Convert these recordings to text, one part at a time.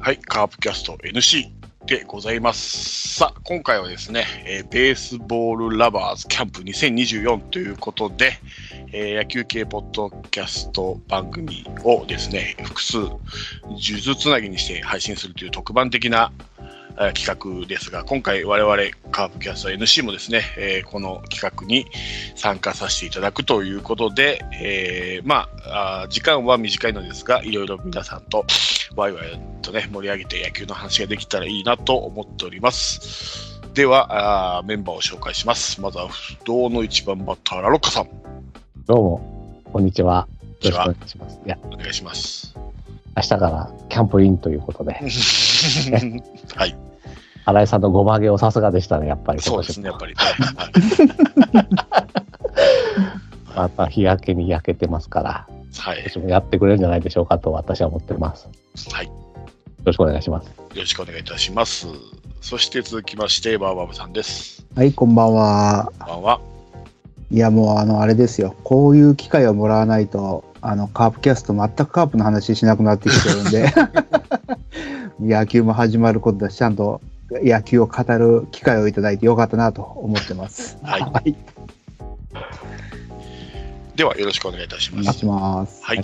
はい、カープキャスト NC でございます。さあ、今回はですね、ベースボールラバーズキャンプ2024ということで、野球系ポッドキャスト番組をですね、複数数珠つなぎにして配信するという特番的な企画ですが、今回我々カープキャスト NC もですね、この企画に参加させていただくということで、時間は短いのですが、いろいろ皆さんとワイワイとね盛り上げて野球の話ができたらいいなと思っております。ではメンバーを紹介します。まずは不動の1番バッターラロッカさん。 どうもこんにちは。よろしくお願いします。 お願いします。明日からキャンプインということではい。 新井さんのごまげをさすがでしたね、やっぱり。 そうですね、やっぱりね。 また日焼けに焼けてますから、 はい、 私もやってくれるんじゃないでしょうかと私は思ってます。 はい。 よろしくお願いします。よろしくお願いいたします。そして続きましてバーバブさんです。 はい、こんばんは。 こんばんは。 いや、もうあれですよ。こういう機会をもらわないとカープキャスト全くカープの話しなくなってきてるんで野球も始まることだし、ちゃんと野球を語る機会をいただいてよかったなと思ってます。 はい。はい、ではよろしくお願いいたします。 お願いします。 はい。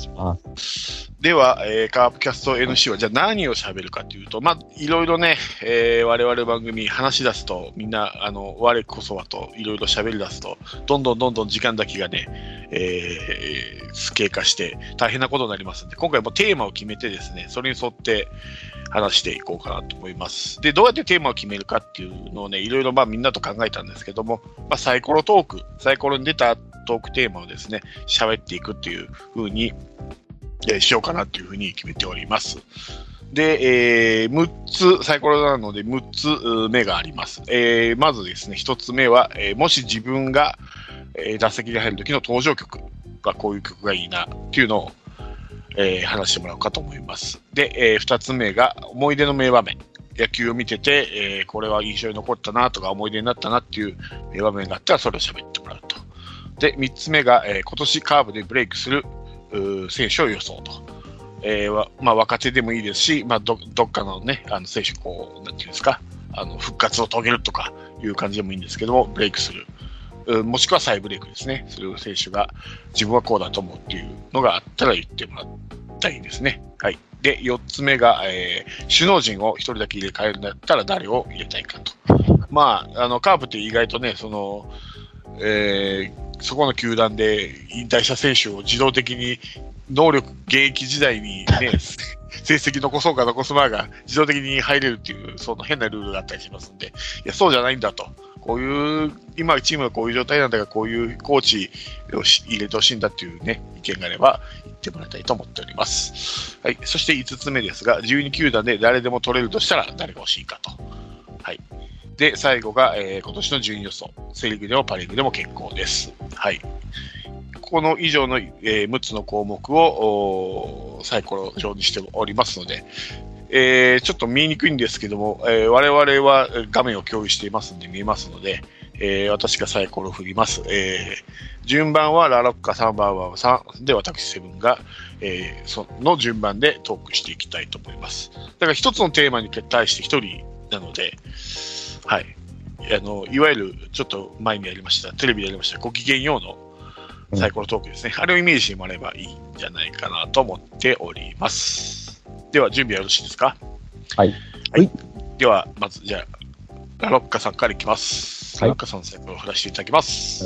では、カープキャスト NC はじゃあ何を喋るかというと、いろいろね、我々番組話し出すとみんな我こそはといろいろ喋り出すとどんどん時間だけがね、経過して大変なことになりますので、今回もテーマを決めてですね、それに沿って話していこうかなと思います。で、どうやってテーマを決めるかっていうのをね、いろいろみんなと考えたんですけども、サイコロトーク、サイコロに出たトークテーマをですね、喋っていくっていう風にしようかなというふうに決めております。で、6つサイコロなので6つ目があります。まずですね、1つ目は、もし自分が、打席に入る時の登場曲はこういう曲がいいなっていうのを、話してもらおうかと思います。で、2つ目が思い出の名場面。野球を見てて、これは印象に残ったなとか思い出になったなっていう名場面があったらそれを喋ってもらうと。で、3つ目が、今年カーブでブレイクする選手を予想と。若手でもいいですし、どっかのね、選手なんていうんですか、復活を遂げるとかいう感じでもいいんですけども、ブレイクする。もしくは再ブレイクですね。する選手が自分はこうだと思うっていうのがあったら言ってもらったいですね。はい。で、4つ目が、首脳陣を1人だけ入れ替えるんだったら誰を入れたいかと。カープって意外とね、そこの球団で引退した選手を自動的に現役時代にね、成績残そうか残す前が自動的に入れるっていう、その変なルールがあったりしますんで、いや、そうじゃないんだと。こういう、今チームがこういう状態なんだから、こういうコーチを入れてほしいんだっていうね、意見があれば言ってもらいたいと思っております。はい。そして5つ目ですが、12球団で誰でも取れるとしたら誰が欲しいかと。はい。で、最後が、今年の順位予想。セリーグでもパリーグでも結構です。はい。この以上の、6つの項目をサイコロ上にしておりますので、ちょっと見えにくいんですけども、我々は画面を共有していますので見えますので、私がサイコロを振ります。順番はラロッカさん、バーバーさんで、私セブンが、その順番でトークしていきたいと思います。だから一つのテーマに対して一人なので、はい。いわゆるちょっと前にやりました、テレビでやりましたご機嫌ようのサイコロトークですね。あれをイメージしてもらえばいいんじゃないかなと思っております。では準備はよろしいですか？ はい。 はい。ではまずじゃあラロッカさんからいきます。ラロッカさんのサイコロを振らせていただきます。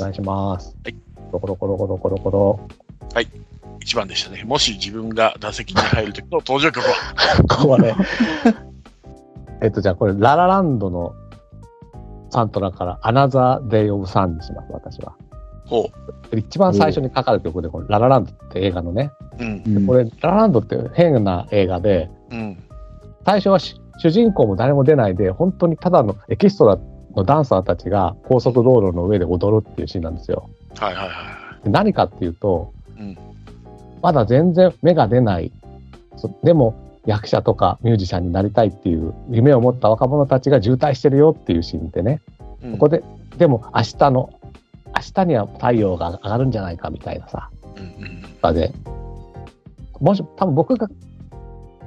お願いします。 はい。 コロコロコロコロコロ。 はい。1番でしたね。もし自分が打席に入る時の登場曲はこれじゃあこれララランドのサントラからアナザーデイオブサンにします、私は。 ほう。一番最初にかかる曲で、これララランドって映画のね。 うん。 これララランドって変な映画で、 うん。 最初は主人公も誰も出ないで、本当にただのエキストラのダンサーたちが高速道路の上で踊るっていうシーンなんですよ。 はいはいはい。 で何かっていうと、 うん、 まだ全然芽が出ない。でも役者とかミュージシャンになりたいっていう夢を持った若者たちが渋滞してるよっていうシーンでね、 うん、 ここででも明日には太陽が上がるんじゃないかみたいなさ、 うんうん、 でもし多分僕が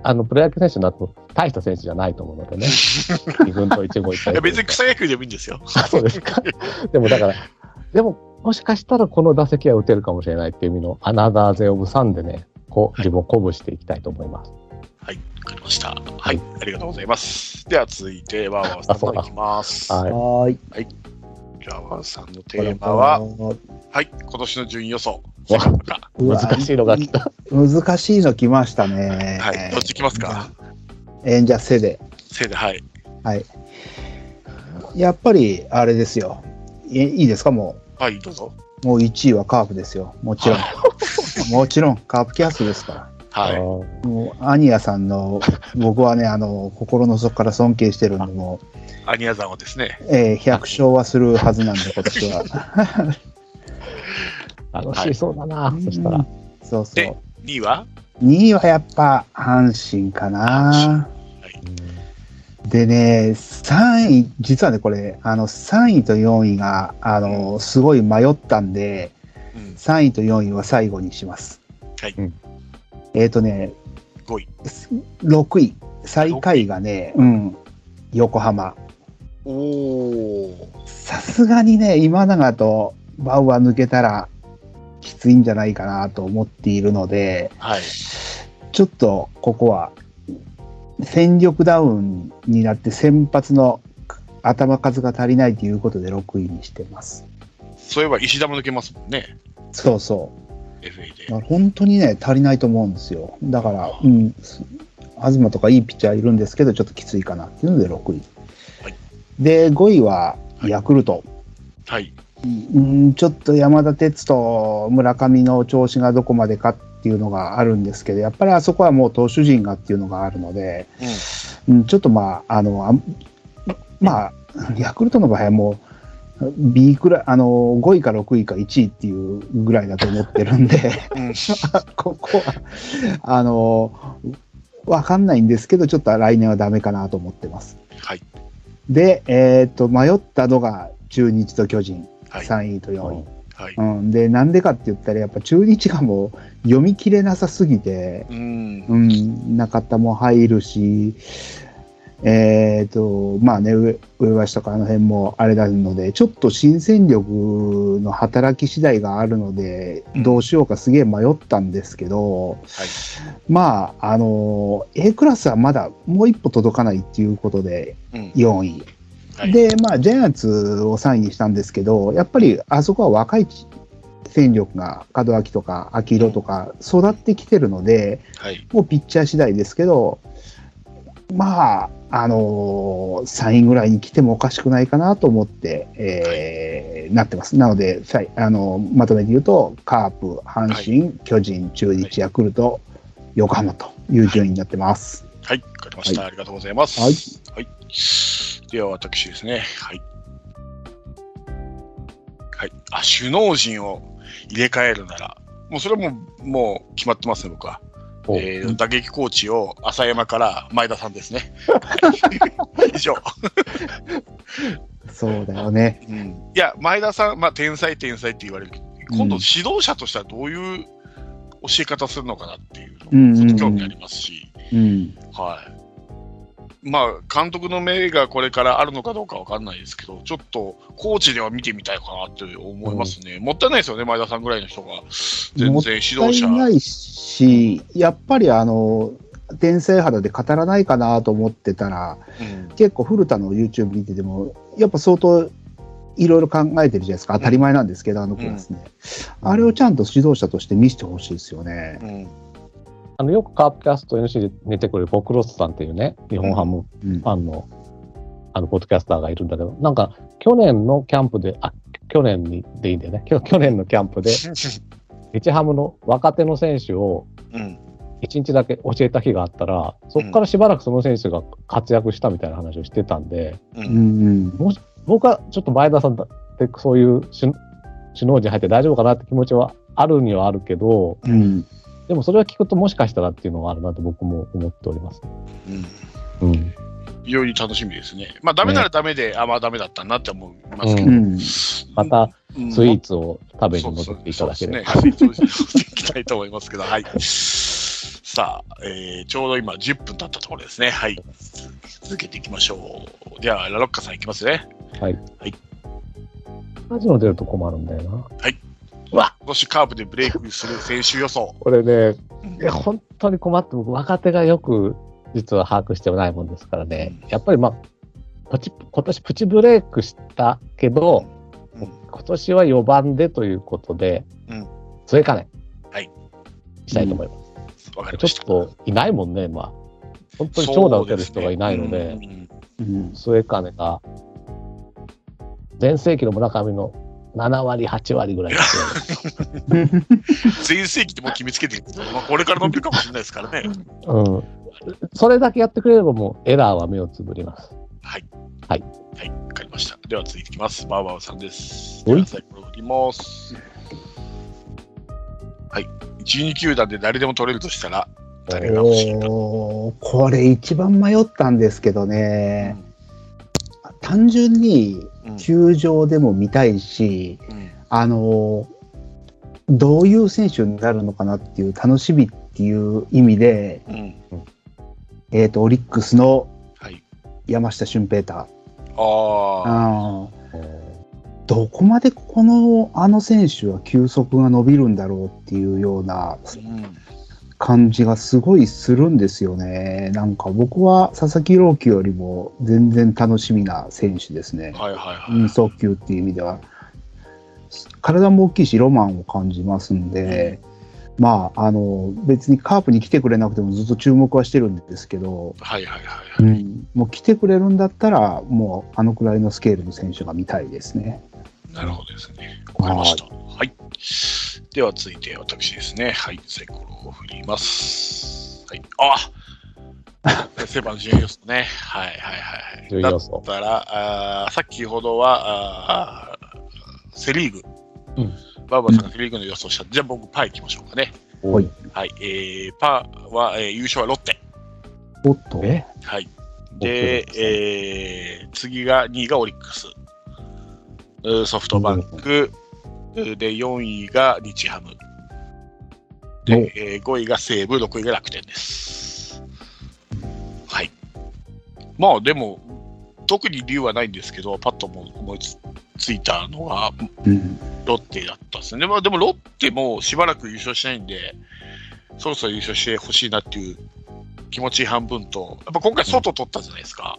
プロ野球選手になると大した選手じゃないと思うのでね。2軍と1軍行ったり。 別に草野球でもいいんですよ。 そうですか。でもだから、でももしかしたらこの打席は打てるかもしれないっていう意味のアナザーゼオブサンでね、自分を鼓舞していきたいと思います。 はい、わかりました。はい、ありがとうございます。では続いて、ワーワーさんのいきます。 はい。 じゃあ、ワーワーさんのテーマは、はい、今年の順位予想。 難しいのが来た。 難しいの来ましたね。 はい、どっち来ますか？ じゃあ、背で。 はい。 はい。やっぱり、あれですよ。いいですか、もう。はい、どうぞ。 もう1位はカープですよ。もちろん。もちろん、カープキャストですから。 はい。 もう、アニヤさんの、僕はね、心の底から尊敬してるんで、もう。アニヤさんはですね。 100勝はするはずなんで、今年は。 楽しそうだな、そしたら。 そうそう。 で、2位は ?2 位はやっぱ、阪神かな。でね、3位、実はね、これ、3位と4位が、すごい迷ったんで、3位と4位は最後にします。 はい。 5位。6位。最下位がね、横浜。さすがにね、今永とバウアー抜けたら、きついんじゃないかなと思っているので、 はい。 ちょっと、ここは、戦力ダウンになって先発の頭数が足りないということで6位にしてます。 そういえば石田も抜けますもんね。 そうそう。 FA で。 本当にね、足りないと思うんですよ。だから、東とかいいピッチャーいるんですけど、ちょっときついかなっていうので6位。 はい、 で、5位はヤクルト。 はい。 ちょっと山田哲と村上の調子がどこまでかっていうのがあるんですけど、やっぱりあそこはもう投手陣がっていうのがあるので、ちょっとヤクルトの場合はもう B くらい、5位か6位か1位っていうぐらいだと思ってるんで、ここは、わかんないんですけど、ちょっと来年はダメかなと思ってます。 はい。 で、迷ったのが中日と巨人、3位と4位。はいで、なんでかって言ったら、やっぱ中日がもう読み切れなさすぎて、中田も入るし、まあね、上橋とかあの辺もあれなので、ちょっと新戦力の働き次第があるので、どうしようかすげえ迷ったんですけど、まあ、A クラスはまだもう一歩届かないっていうことで、4位。で、まあ、ジャイアンツを3位にしたんですけど、やっぱりあそこは若い戦力が門脇とか秋広とか育ってきてるので、もうピッチャー次第ですけど、まあ、3位ぐらいに来てもおかしくないかなと思って、なってます。なので、まとめて言うと、カープ、阪神、巨人、中日、ヤクルト、横浜という順位になってます。 はい、わかりました。ありがとうございます。はい。では、私ですね。はい。はい。首脳陣を入れ替えるなら、もうそれはもう決まってますね、僕は。打撃コーチを浅山から前田さんですね。以上。 そうだよね。 いや、前田さん、天才って言われるけど、今度指導者としてはどういう教え方するのかなっていうのちょっと興味ありますし、はい。監督の目がこれからあるのかどうかわかんないですけど、ちょっとコーチでは見てみたいかなって思いますね。もったいないですよね、前田さんぐらいの人が。全然指導者。もったいないし、やっぱり天才肌で語らないかなと思ってたら、結構古田の YouTube 見てても、やっぱ相当いろいろ考えてるじゃないですか。当たり前なんですけど、クラスね。あれをちゃんと指導者として見せてほしいですよね。 よくカープキャスト NC で出てくるボクロスさんっていうね、日本ハムファンの、ポッドキャスターがいるんだけど、なんか去年のキャンプで、去年でいいんだよね。去年のキャンプで、日ハムの若手の選手を1日だけ教えた日があったら、そこからしばらくその選手が活躍したみたいな話をしてたんで、僕はちょっと前田さんってそういう首脳陣入って大丈夫かなって気持ちはあるにはあるけど、でもそれは聞くともしかしたらっていうのがあるなと僕も思っております。 非常に楽しみですね。ダメならダメで、ダメだったなって思いますけど。 またスイーツを食べに戻っていただければ。 そうですね。スイーツをいきたいと思いますけど、はい。 さあ、ちょうど今10分経ったところですね。はい。続けていきましょう。では、ラロッカさんいきますね。 はい。 はい。 カジノ出ると困るんだよな。 はい。今年カープでブレイクする選手予想。 これね、本当に困って、僕、若手がよく実は把握してないもんですからね。やっぱり今年プチブレイクしたけど、今年は4番でということで、末金。はい。したいと思います。わかりました。ちょっといないもんね、まあ。本当に長打打てる人がいないので、末金が、全盛期の村上の7割、8割ぐらいですよ。 全盛期ってもう決めつけてるけど、まあ、これから伸びるかもしれないですからね。 それだけやってくれればもうエラーは目をつぶります。 はい。 はい。 はい、わかりました。では続いていきます。バーバーさんです。では最後振ります。はい。12球団で誰でも取れるとしたら、誰が欲しいか。 これ一番迷ったんですけどね。単純に球場でも見たいし、どういう選手になるのかなっていう楽しみっていう意味で、オリックスの山下舜平太。どこまであの選手は球速が伸びるんだろうっていうような感じがすごいするんですよね。なんか僕は佐々木朗希よりも全然楽しみな選手ですね。速球っていう意味では体も大きいしロマンを感じますんで、まあ別にカープに来てくれなくてもずっと注目はしてるんですけど、もう来てくれるんだったらもうあのくらいのスケールの選手が見たいですね。 なるほどですね。わかりました。はい。では続いて私ですね。はい。サイコロを振ります。はい。セバン準予想ね。はい。だったら、先ほどはセリーグ。バーバーさんがセリーグの予想した。じゃあ僕パー行きましょうかね。 はい。 パーは、優勝はロッテ。 ロッテ？ はい。で、次が2位がオリックス。ソフトバンク。で、4位が日ハム。で、5位が西武、6位が楽天です。はい。まあでも、特に理由はないんですけど、パッと思いついたのが、ロッテだったですね。まあでもロッテもしばらく優勝しないんで、そろそろ優勝してほしいなっていう気持ち半分と、やっぱ今回外取ったじゃないですか。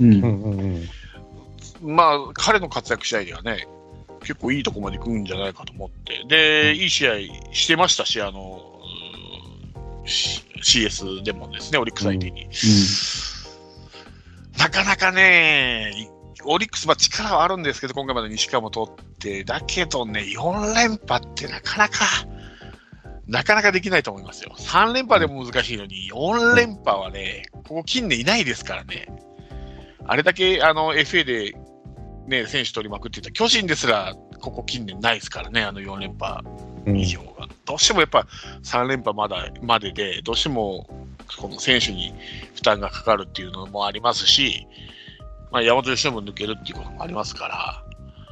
まあ彼の活躍試合ではね、結構いいとこまで来るんじゃないかと思って、で、いい試合してましたし、CS でもですね、オリックス相手に。なかなかね、オリックスは力はあるんですけど、今回まで西川も取って、だけどね、4連覇ってなかなかできないと思いますよ。3連覇でも難しいのに、4連覇はね、ここ近年いないですからね。あれだけFA でね、選手取りまくっていた巨人ですら、ここ近年ないですからね、4連覇以上が。どうしてもやっぱ3連覇までで、どうしてもこの選手に負担がかかるっていうのもありますし、まあ、山本由伸も抜けるっていうこともありますから、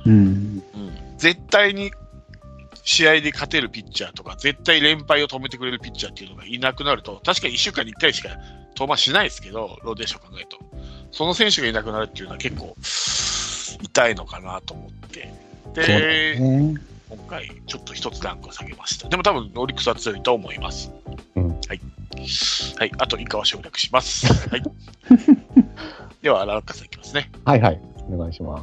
絶対に試合で勝てるピッチャーとか、絶対連敗を止めてくれるピッチャーっていうのがいなくなると、確かに1週間に1回しか登板しないですけど、ローテーション考えると。その選手がいなくなるっていうのは結構痛いのかなと思って。で、今回ちょっと一つランクを下げました。でも多分オリックスは強いと思います。はい。はい。あと以下は省略します。はい。では、ラロッカさんいきますね。 はいはい。お願いします。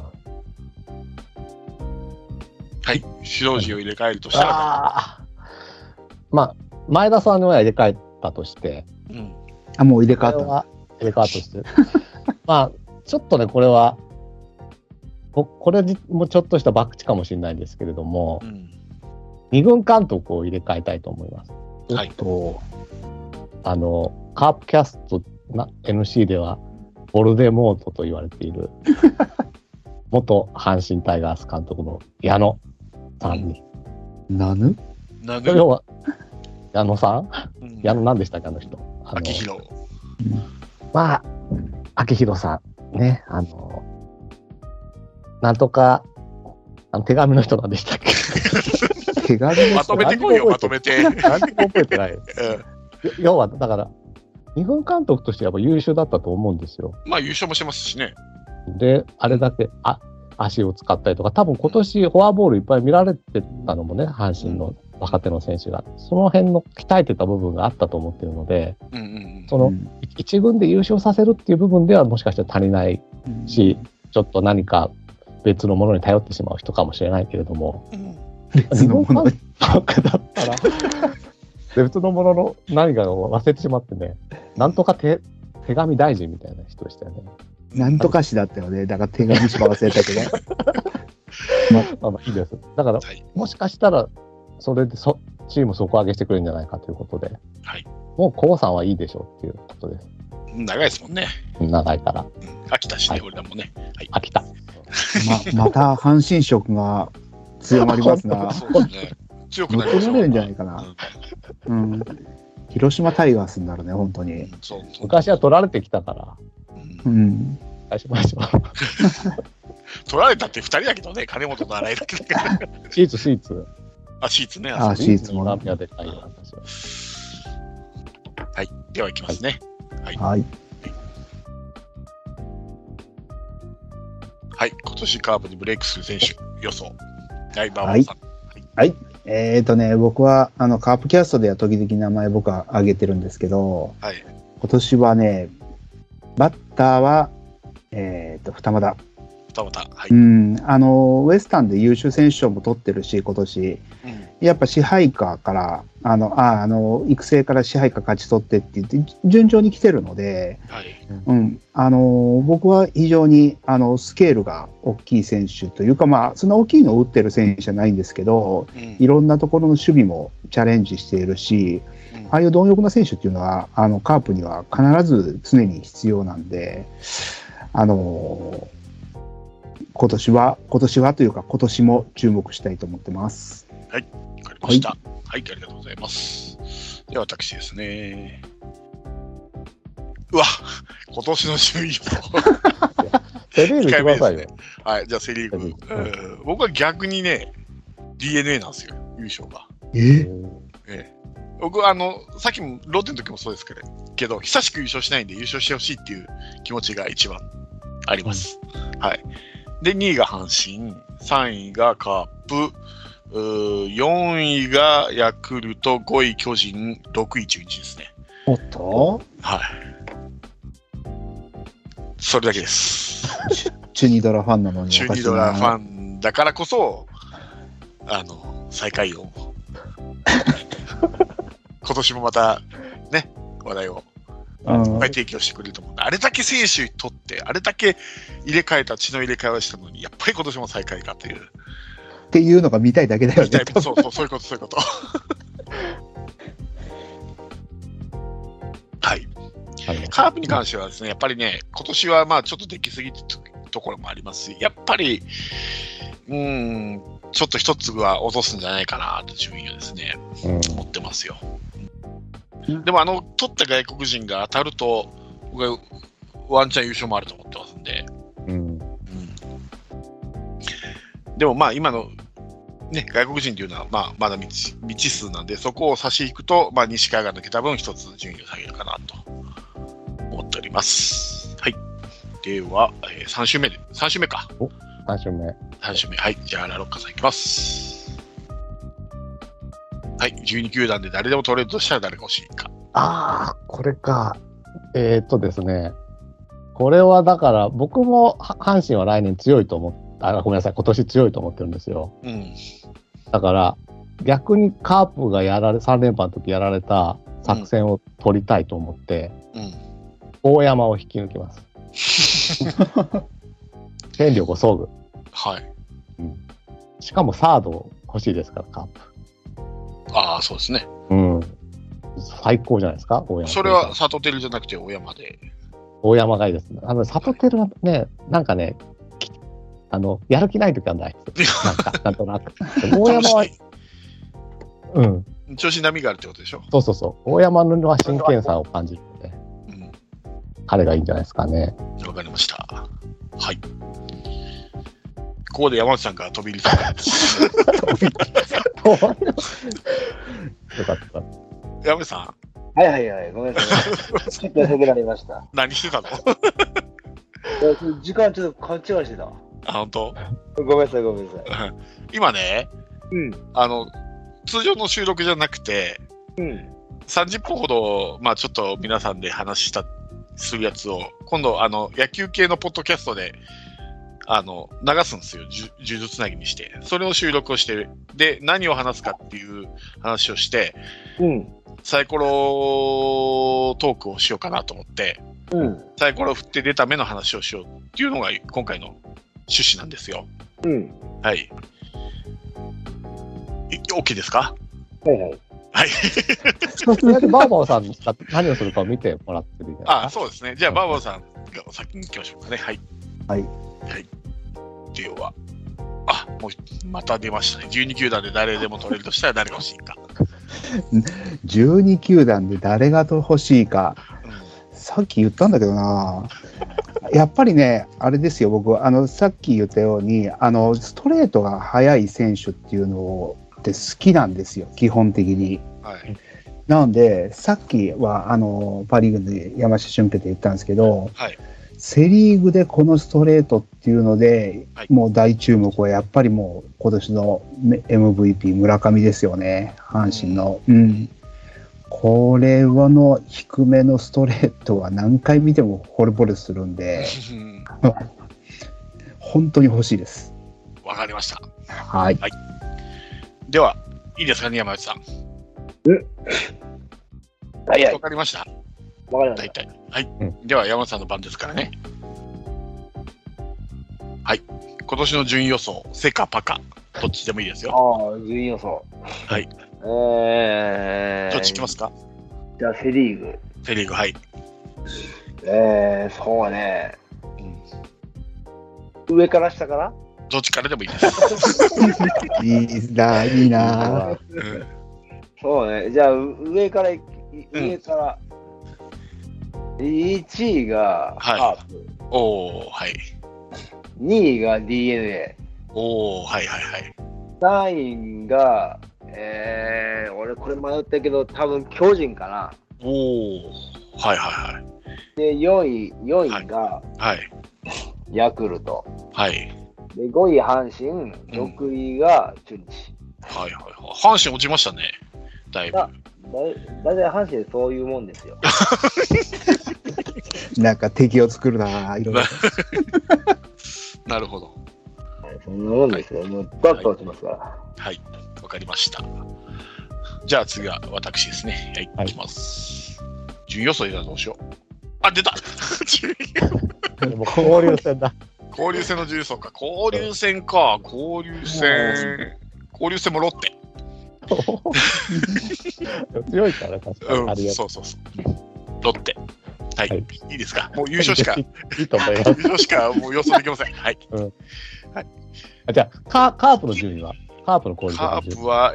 はい。指導陣を入れ替えるとしたら。 まあ、前田さんには入れ替えたとして。 もう入れ替わった。 入れ替わったとして。まあ、ちょっとね、これは、これもちょっとした博打かもしれないんですけれども、2軍監督を入れ替えたいと思います。 はい。 カープキャストNC では、ボルデモートと言われている元阪神タイガース監督の矢野さんに。要は矢野さん、矢野何でしたっけ、あの人。 秋広。 まあ、秋広さんね、なんとか手紙の人なんでしたっけ。 手紙まとめてこいよ、まとめて。 なんで覚えてない。 要は、だから、日本監督としてやっぱ優秀だったと思うんですよ。 まあ優勝もしてますしね。 で、あれだけ足を使ったりとか、多分今年フォアボールいっぱい見られてたのもね、阪神の若手の選手が、その辺の鍛えてた部分があったと思ってるので、その一軍で優勝させるっていう部分ではもしかしたら足りないし、ちょっと何か別のものに頼ってしまう人かもしれないけれども、日本監督だったら別のものの何かを忘れてしまってね、なんとか手紙大臣みたいな人でしたよね。 なんとかしだったよね。だから手紙しか忘れたけど。 まあいいです。だから、もしかしたら、それでチーム底上げしてくれるんじゃないかということで、 はい、 もうコウさんはいいでしょうっていうことです。 長いですもんね。 長いから。 飽きたしね、俺らもね。 飽きた。 また阪神色が強まりますな。 そうですね。強くなりますよ。取られるんじゃないかな。広島タイガースになるね、本当に。 昔は取られてきたから。しましょう。 取られたって2人だけどね、金本と新井だけだから。 シーツ。 シーツね。 シーツもラピアでかいよ、私は。 はい。では行きますね。 はい。 はい。今年カープにブレイクする選手予想。はい、馬場さん。 はい。僕はカープキャストでは時々名前僕は挙げてるんですけど、 はい、 今年はね、バッターは二俣。 はい。 ウエスタンで優秀選手賞も取ってるし、今年、やっぱ支配下から育成から支配下勝ち取ってって言って順調に来てるので、僕は非常にスケールが大きい選手というか、まあそんな大きいのを打ってる選手じゃないんですけど、いろんなところの守備もチャレンジしているし、ああいう貪欲な選手っていうのはカープには必ず常に必要なんで、今年はというか今年も注目したいと思ってます。 はい、わかりました。はい、ありがとうございます。では私ですね。うわ、今年の順位予想。 セリーグしてくださいよ。 はい、じゃあセリーグ。僕は逆にね、DNA なんですよ、優勝が。僕さっきもローテの時もそうですけど、久しく優勝しないんで優勝してほしいっていう気持ちが一番あります。はい。で、2位が阪神、3位がカープ、4位がヤクルト、5位巨人、6位中日ですね。 おっと？ はい。それだけです。 中日ドラファンなのに。 中日ドラファンだからこそ、最下位を。今年もまた、ね、話題をいっぱい提供してくれると思うんで、あれだけ選手取って、あれだけ入れ替えた、血の入れ替えをしたのに、やっぱり今年も最下位かという。 っていうのが見たいだけだよね。 そういうこと。はい。カープに関してはですね、やっぱりね、今年はまあちょっとできすぎてるところもありますし、やっぱり、ちょっと一粒は落とすんじゃないかなと順位をですね、思ってますよ。でも取った外国人が当たると、僕はワンチャン優勝もあると思ってますんで。でもまあ今の、ね、外国人というのはまだ未知数なんで、そこを差し引くと、西海が抜けた分一つ順位を下げるかなと思っております。はい。では、3週目か。 3週目。 はい。じゃあラロッカさんいきます。はい、12球団で誰でも取れるとしたら誰が欲しいか。 これか。ですね。これはだから、僕も阪神は来年強いと思って、ごめんなさい、今年強いと思ってるんですよ。だから、逆にカープが3連覇の時やられた作戦を取りたいと思って、大山を引き抜きます。戦力を総具。 はい。 しかもサード欲しいですから、カープ。 そうですね。 最高じゃないですか、大山。 それはサトテルじゃなくて大山で。 大山がいいですね。サトテルはね、なんかね、やる気ない時はないです。なんとなく。大山は、 調子波があるってことでしょ。 そう。大山のは真剣さを感じるので、彼がいいんじゃないですかね。 わかりました。はい。ここで山内さんが飛び入りたい。 よかった。 山内さん、 はいはいはい、ごめんなさい。ちょっと遅くなりました。 何してたの？ 時間ちょっと勘違いしてた。 あ、本当？ ごめんなさい、ごめんなさい。 今ね、 うん。 通常の収録じゃなくて、 うん。 30分ほど、まあちょっと皆さんで話するやつを、今度、野球系のポッドキャストで、流すんですよ。呪術つなぎにして。それを収録をして、で、何を話すかっていう話をして、 うん。 サイコロトークをしようかなと思って、 うん。 サイコロを振って出た目の話をしようっていうのが今回の趣旨なんですよ。 うん。 はい。OK ですか？ はいはい。 はい。 とりあえずバーバーさんが何をするかを見てもらってるじゃないですか。 あ、そうですね。じゃあ、バーバーさんが先に行きましょうかね。はい。 はい。 はい。では、もう、また出ましたね。12球団で誰でも取れるとしたら誰が欲しいか。 12球団で誰が欲しいか。 うん、 さっき言ったんだけどな。やっぱりね、あれですよ、僕、さっき言ったように、ストレートが速い選手っていうのって好きなんですよ、基本的に。 はい。 なので、さっきは、パ・リーグで山下俊平って言ったんですけど、 はい。 セ・リーグでこのストレートっていうので、 はい、 もう大注目はやっぱりもう今年の MVP 村上ですよね、阪神の。うん。これの低めのストレートは何回見ても惚れ惚れするんで、本当に欲しいです。 わかりました。 はい。 はい。では、いいですかね、山内さん。 はいはい。 わかりました。 わかりました。 大体。はい。では、山内さんの番ですからね。はい。今年の順位予想、セかパか、どっちでもいいですよ。 ああ、順位予想。 はい。どっちいきますか？ じゃあ、セリーグ。 セリーグ、はい。 そうね。上から下からどっちからでもいいです。 いいな。 そうね。じゃあ、上から、1位がカープ。 おー、はい。 2位が DNA。 おー、はいはいはい。 3位が、俺これ迷ったけど、多分巨人かな。 おー、はいはいはい。 で、4位が、 はい。 ヤクルト。 はい。 で、5位阪神、6位が中日。 はいはいはい。阪神落ちましたね。だいぶ。 だいたい阪神でそういうもんですよ。 なんか敵を作るな、いろいろ。 なるほど。 そんなもんですよ。もうバッと落ちますから。 はい、わかりました。じゃあ次は私ですね。はい、いきます。順位予想でどうしよう。あ、出たもう交流戦だ。 交流戦の順位予想か。交流戦か。交流戦もロッテ。 強いから確かに。 そうそうそう。ロッテ。はい。いいですか？もう優勝しか。 いいと思います。 優勝しかもう予想できません。はい。 はい。じゃあ、カープの順位は？カープの交流戦カープは、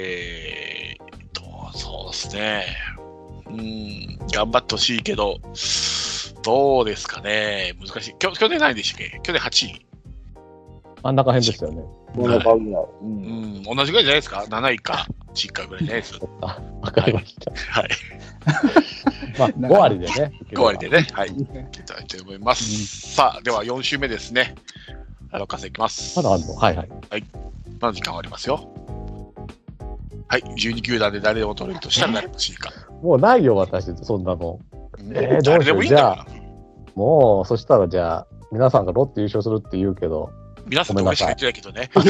そうですね。頑張ってほしいけど、どうですかね。難しい。去年何でしたっけ？去年8位。 真ん中辺ですよね。 同じぐらいじゃないですか？ 7 位か8位かぐらいじゃないですか。 わかりました。 はい。 まあ、5割でね。 5割でね。はい。いきたいと思います。さあ、では4週目ですね。加瀬いきます。 まだあるの？はいはい。 はい。まだ時間ありますよ。はい。12球団で誰でも取れるとしたら誰が欲しいか。 もうないよ、私、そんなの。どう誰でもいいんだから。 もう、そしたらじゃあ、皆さんがロッテ優勝するって言うけど、 皆さんと俺しか言ってないけどね。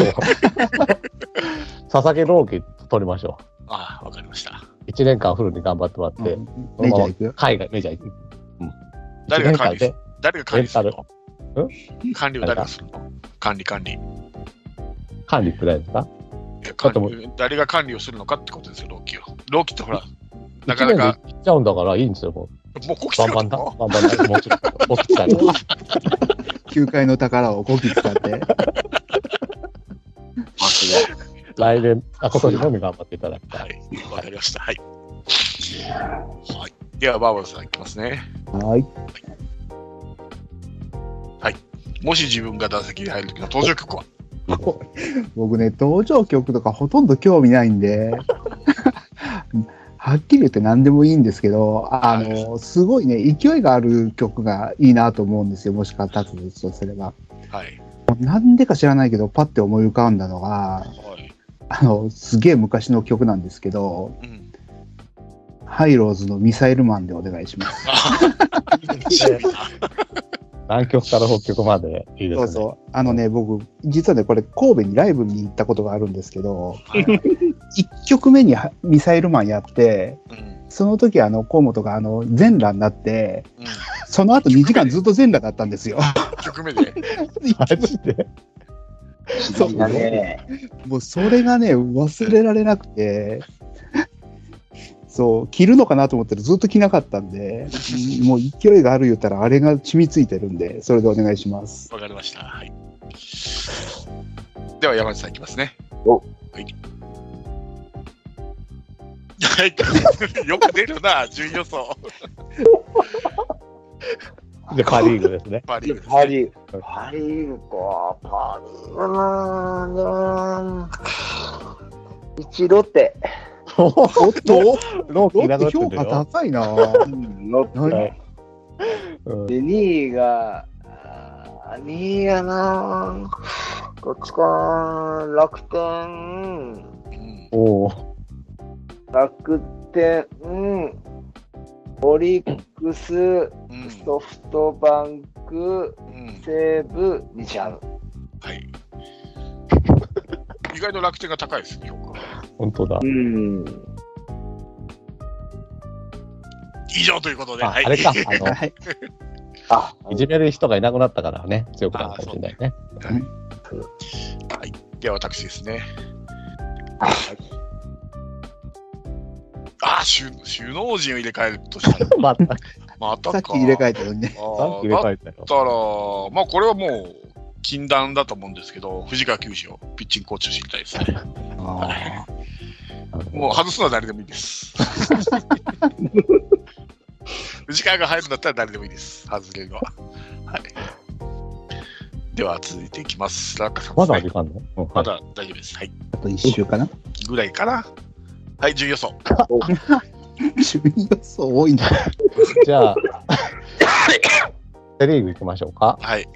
佐々木朗希取りましょう。 ああ、わかりました。 1年間フルに頑張ってもらって、 メジャー行くよ。 海外、メジャー行く。 誰が管理するの？管理を誰がするの？管理。 管理ってないですか？ 誰が管理をするのかってことですよ、朗希を。朗希ってほら、なかなか。 行っちゃうんだからいいんですよ、もう。 もうこき使うの？ バンバンだ。もうちょっと、こき使う。 球界の宝をこき使って。 来年、今年のみ頑張っていただきたい。 はい、わかりました。はい。はい。では、バーバーさんいきますね。 はい。 はい。もし自分が打席に入るときの登場曲は？ 僕ね、登場曲とかほとんど興味ないんで、 はっきり言って何でもいいんですけど、すごいね、勢いがある曲がいいなと思うんですよ、もしか立つとすれば。 はい。 なんでか知らないけど、パッて思い浮かんだのが、 はい。 すげえ昔の曲なんですけど、 うん。 ハイローズのミサイルマンでお願いします。 南極から北極までいいですね。 そうそう。僕、実はね、これ、神戸にライブに行ったことがあるんですけど、 はい。 1曲目にミサイルマンやって、 うん。 その時、河本が、全裸になって、 うん。 その後2時間ずっと全裸だったんですよ。 1曲目で。 マジで。 そうだね。 もうそれがね、忘れられなくて、そう、着るのかなと思ったらずっと着なかったんで、もう勢いがある言ったらあれが染みついてるんで、それでお願いします。 わかりました。はい。では山内さんいきますね。 お。 はい。はい。よく出るな、順位予想。 で、パ・リーグですね。 パ・リーグですね。 パ・リーグか。パ・リーグな1ロッテ。 おっと、 ローキーなくなって評価るよ。 高いな。 ロッテ。 うんで、2位が、2位やなどっちかな楽天、 うん。 おー楽天、オリックス、 うん。 ソフトバンク、 うん。 西武、日ハム。 はい。意外と楽天が高いですね、評価。 本当だ。 以上ということで、 あ、 はい。 あれか、 はい。 あ、 いじめる人がいなくなったからね、強くなるかもしれないね。 はい。では私ですね。首脳陣を入れ替えるとしたら、 また、 またか。 さっき入れ替えたのにね。 さっき入れ替えたよ。 だったら、まあこれはもう禁断だと思うんですけど、藤川球児をピッチングコーチを知りたいですね。もう外すのは誰でもいいです。藤川が入るんだったら誰でもいいです。外れるのは。はい。では続いていきます。ラッカさんでますだね。 時間の、 まだ大丈夫です。はい。 あと1週かな。 ぐらいかな。はい、順位予想。 順位予想多いな。 じゃあ、セ・リーグ行きましょうか。 はい。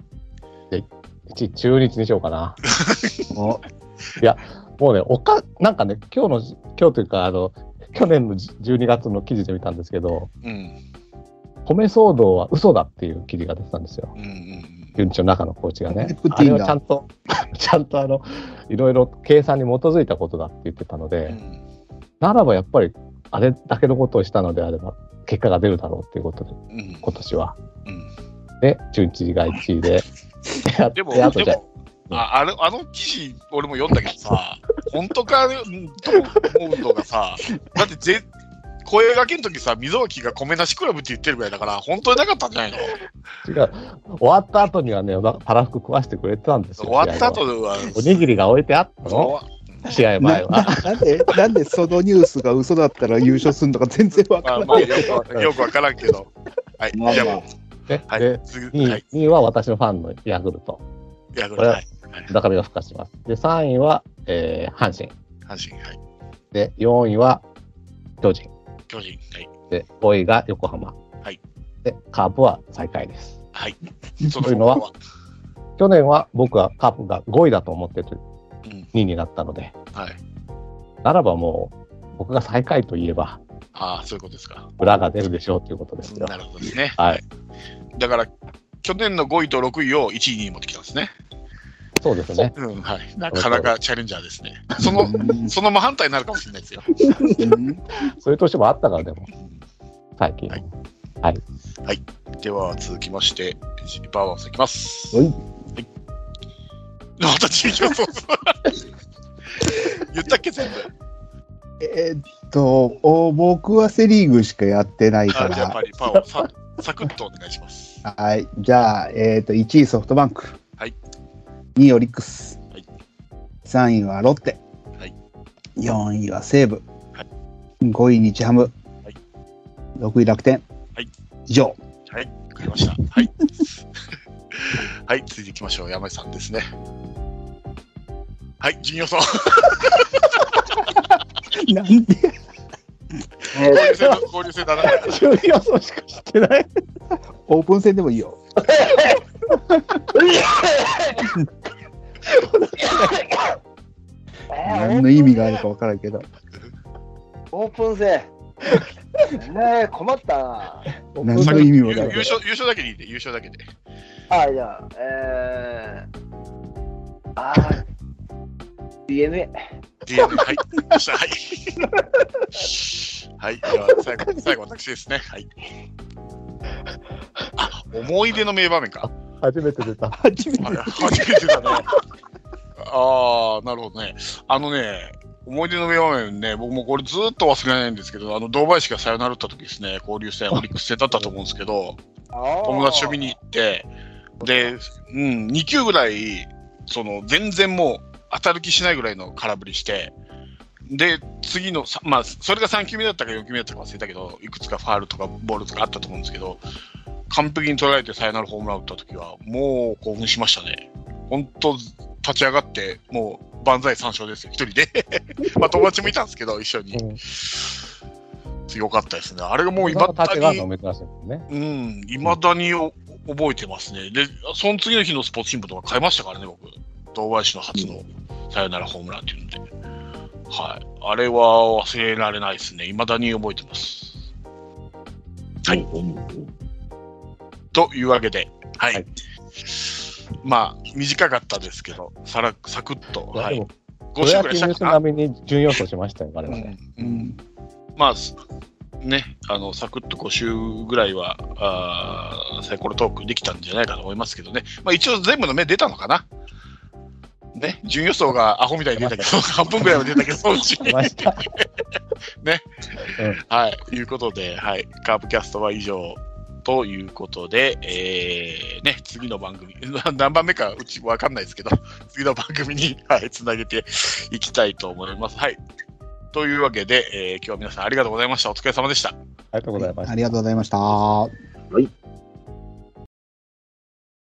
1位、中日にしようかな。いや、もうね、なんかね、今日というか、去年の12月の記事で見たんですけど、 うん。 米騒動は嘘だっていう記事が出てたんですよ。 うんうん中日の中のコーチがね。 食ってあれいいんだはちゃんといろいろ計算に基づいたことだって言ってたので、 うんならばやっぱりあれだけのことをしたのであれば結果が出るだろうっていうことで、 うん今年は。 うんで、中日が1位で。 でも、 あとじゃあの記事、俺も読んだけどさ、本当かと思うのがさ、だって声掛けの時さ、溝脇が米なしクラブって言ってるぐらいだから、本当になかったんじゃないの？ 違う。終わった後にはね、たらふく食わしてくれてたんですよ。 終わった後は、 おにぎりが置いてあったの試合前は。 なんでそのニュースが嘘だったら優勝するのか全然わからない。 よくわからんけど。はい、じゃあもう、はい、 で、2位は私のファンのヤクルト。 ヤクルト、はい。 だからが付加します。で、3位は、阪神。 阪神、はい。 で、4位は巨人。 巨人、はい。 で、5位が横浜。 はい。 で、カープは最下位です。 はい。 というのは、去年は僕はカープが5位だと思ってて、2位になったので、 はい。 ならばもう、僕が最下位といえば、 ああ、そういうことですか。 裏が出るでしょうということですよ。 なるほどですね。 はい。 だから、去年の5位と6位を1位に持ってきたんですね。 そうですね。 はい。なかなかチャレンジャーですね。その真反対になるかもしれないですよ。 そういう年もあったから、でも、最近。はい。 はい。では、続きまして、バーワーさんいきます。 はい。 また順位予想。言ったっけ、全部。 僕はセ・リーグしかやってないかじゃあ、 ら。 パリ、パオ、サクッとお願いします。 はい。じゃあ、1位ソフトバンク。 はい。 2位オリックス。 はい。 3位はロッテ。 はい。 4位は西武。 はい。 5位日ハム。 はい。 6位楽天。 はい。 以上。 はい。わかりました。はい。はい。続いていきましょう。山井さんですね。はい。順位予想。 なんで交流戦だな。 順位予想しか知ってない。 オープン戦でもいいよ。何の意味があるか分からんけど。 オープン戦。困ったな。 何の意味もない。 優勝だけでいいんで、優勝だけで。 じゃあ、DNA。 DNA、はい。はい。はい。では、最後、私ですね。はい。思い出の名場面か。 初めて出た。 初めてだね。なるほどね。思い出の名場面ね、僕もこれずっと忘れないんですけど、堂林がサヨナラ打った時ですね、交流戦、オリックス戦だったと思うんですけど、友達と見に行って、で、2球ぐらい、全然もう当たる気しないぐらいの空振りして、で、次の、それが3球目だったか4球目だったか忘れたけど、いくつかファールとかボールとかあったと思うんですけど、完璧に捉えてサヨナラホームラン打った時は、もう興奮しましたね。本当立ち上がって、もう万歳三唱ですよ、一人で。友達もいたんですけど、一緒に。強かったですね。あれがもういまだに、覚えてますね。で、その次の日のスポーツ新聞とか買いましたからね、僕。堂林の初のサヨナラホームランっていうので。はい。あれは忘れられないですね。未だに覚えてます。はい。というわけで、はい。短かったですけど、サクッと、はい。 5週ぐらいしたかな。並みに順予想しましたよ、我々。 サクッと5週ぐらいは、サイコロトークできたんじゃないかと思いますけどね。一応全部の目出たのかな。ね、順予想がアホみたいに出たけど、半分ぐらいは出たけど、そのうちね。はい、いうことで、はい、カープキャストは以上ということで、次の番組、何番目かうち分かんないですけど、次の番組に、つなげていきたいと思います。はい。というわけで、今日は皆さんありがとうございました。お疲れ様でした。 ありがとうございました。 ありがとうございました。 はい。